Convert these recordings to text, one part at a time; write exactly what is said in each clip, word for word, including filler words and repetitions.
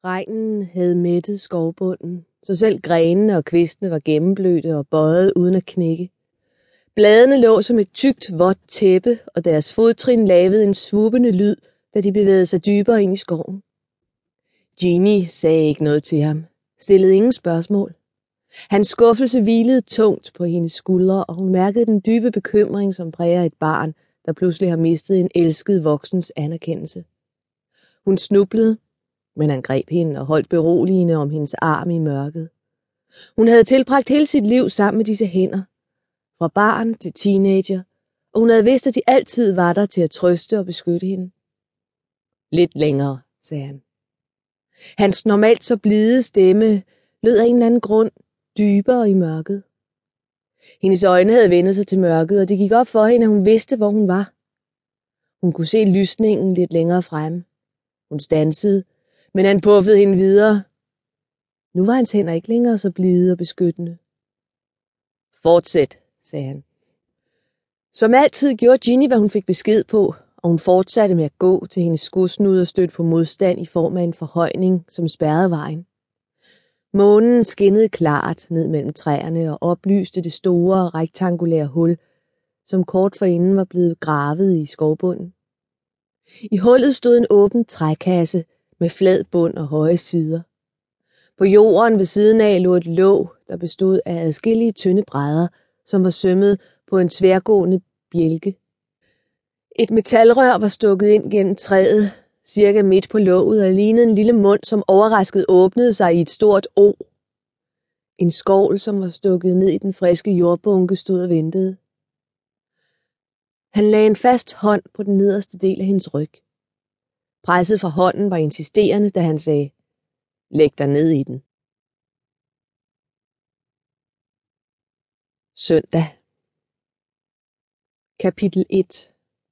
Regnen havde mættet skovbunden, så selv grenene og kvistene var gennemblødte og bøjet uden at knække. Bladene lå som et tykt, vådt tæppe, og deres fodtrin lavede en svubende lyd, da de bevægede sig dybere ind i skoven. Ginny sagde ikke noget til ham, stillede ingen spørgsmål. Hans skuffelse hvilede tungt på hendes skuldre, og hun mærkede den dybe bekymring, som præger et barn, der pludselig har mistet en elsket voksens anerkendelse. Hun snublede, men han greb hende og holdt beroligende om hendes arm i mørket. Hun havde tilbragt hele sit liv sammen med disse hænder, fra barn til teenager, og hun havde vidst, at de altid var der til at trøste og beskytte hende. Lidt længere, sagde han. Hans normalt så blide stemme lød af en eller anden grund dybere i mørket. Hendes øjne havde vendt sig til mørket, og det gik op for hende, at hun vidste, hvor hun var. Hun kunne se lysningen lidt længere frem. Hun standsede, men han puffede hende videre. Nu var hans hænder ikke længere så blide og beskyttende. Fortsæt, sagde han. Som altid gjorde Ginny, hvad hun fik besked på, og hun fortsatte med at gå til hendes skudsnuder stødt på modstand i form af en forhøjning, som spærrede vejen. Månen skinnede klart ned mellem træerne og oplyste det store, rektangulære hul, som kort forinden var blevet gravet i skovbunden. I hullet stod en åben trækasse med flad bund og høje sider. På jorden ved siden af lå et låg, der bestod af adskillige tynde brædder, som var sømmet på en tværgående bjælke. Et metalrør var stukket ind gennem træet, cirka midt på låget, og lignede en lille mund, som overrasket åbnede sig i et stort O. En skovl, som var stukket ned i den friske jordbunke, stod og ventede. Han lagde en fast hånd på den nederste del af hendes ryg. Presset fra hånden var insisterende, da han sagde, læg dig ned i den. Søndag. Kapitel et.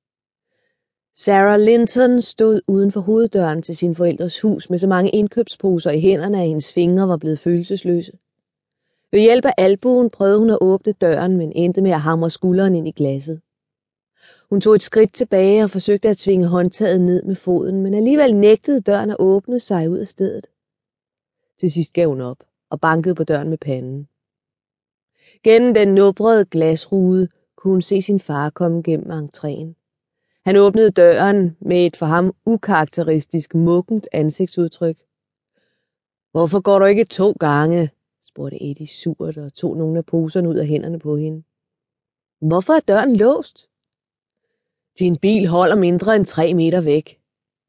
Sarah Linton stod uden for hoveddøren til sin forældres hus med så mange indkøbsposer i hænderne, at hendes fingre var blevet følelsesløse. Ved hjælp af albuen prøvede hun at åbne døren, men endte med at hamre skulderen ind i glasset. Hun tog et skridt tilbage og forsøgte at tvinge håndtaget ned med foden, men alligevel nægtede døren at åbne sig ud af stedet. Til sidst gav hun op og bankede på døren med panden. Gennem den nubrede glasrude kunne hun se sin far komme gennem entréen. Han åbnede døren med et for ham ukarakteristisk muggent ansigtsudtryk. Hvorfor går du ikke to gange? Spurgte Eddie surt og tog nogle af poserne ud af hænderne på hende. Hvorfor er døren låst? Din bil holder mindre end tre meter væk.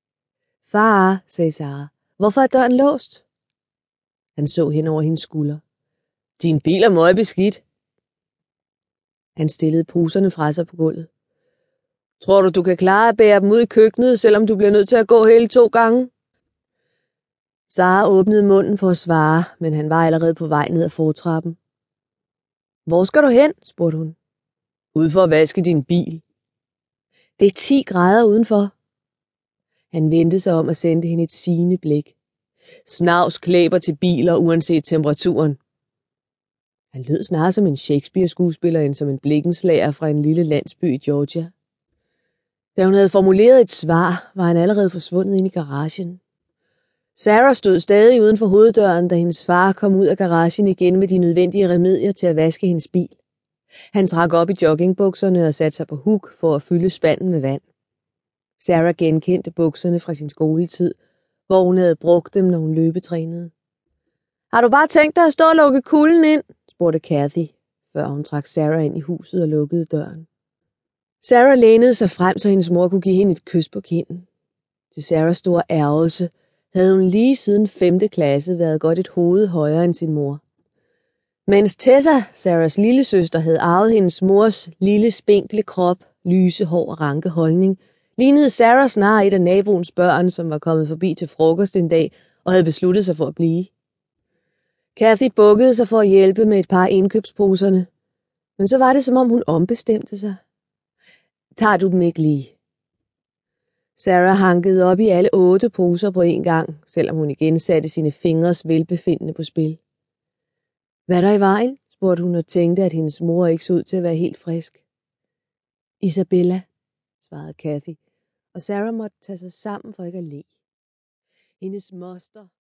Far, sagde Sarah, hvorfor er døren låst? Han så hen over hendes skulder. Din bil er møgbeskidt. Han stillede poserne fra sig på gulvet. Tror du, du kan klare at bære dem ud i køkkenet, selvom du bliver nødt til at gå hele to gange? Sarah åbnede munden for at svare, men han var allerede på vej ned ad fortrappen. Hvor skal du hen? Spurgte hun. Ud for at vaske din bil. Det er ti grader udenfor. Han vendte sig om og sendte hende et sigende blik. Snavs klæber til biler uanset temperaturen. Han lød snarere som en Shakespeare-skuespiller end som en blikkenslager fra en lille landsby i Georgia. Da hun havde formuleret et svar, var han allerede forsvundet ind i garagen. Sarah stod stadig uden for hoveddøren, da hendes far kom ud af garagen igen med de nødvendige remedier til at vaske hendes bil. Han trak op i joggingbukserne og satte sig på huk for at fylde spanden med vand. Sarah genkendte bukserne fra sin skoletid, hvor hun havde brugt dem, når hun løbetrænede. Har du bare tænkt dig at stå og lukke kulden ind? Spurgte Kathy, før hun trak Sarah ind i huset og lukkede døren. Sarah lænede sig frem, så hendes mor kunne give hende et kys på kinden. Til Sarahs store ærgelse havde hun lige siden femte klasse været godt et hoved højere end sin mor. Mens Tessa, Sarahs lillesøster, havde arvet hendes mors lille, spinkle krop, lyse hår og ranke holdning, lignede Sarah snarere et af naboens børn, som var kommet forbi til frokost en dag og havde besluttet sig for at blive. Kathy bukkede sig for at hjælpe med et par indkøbsposerne, men så var det, som om hun ombestemte sig. Tager du dem ikke lige? Sarah hankede op i alle otte poser på en gang, selvom hun igen satte sine fingres velbefindende på spil. Hvad er der i vejen? Spurgte hun og tænkte, at hendes mor ikke så ud til at være helt frisk. Isabella, svarede Kathy, og Sarah måtte tage sig sammen for ikke at le. Hendes moster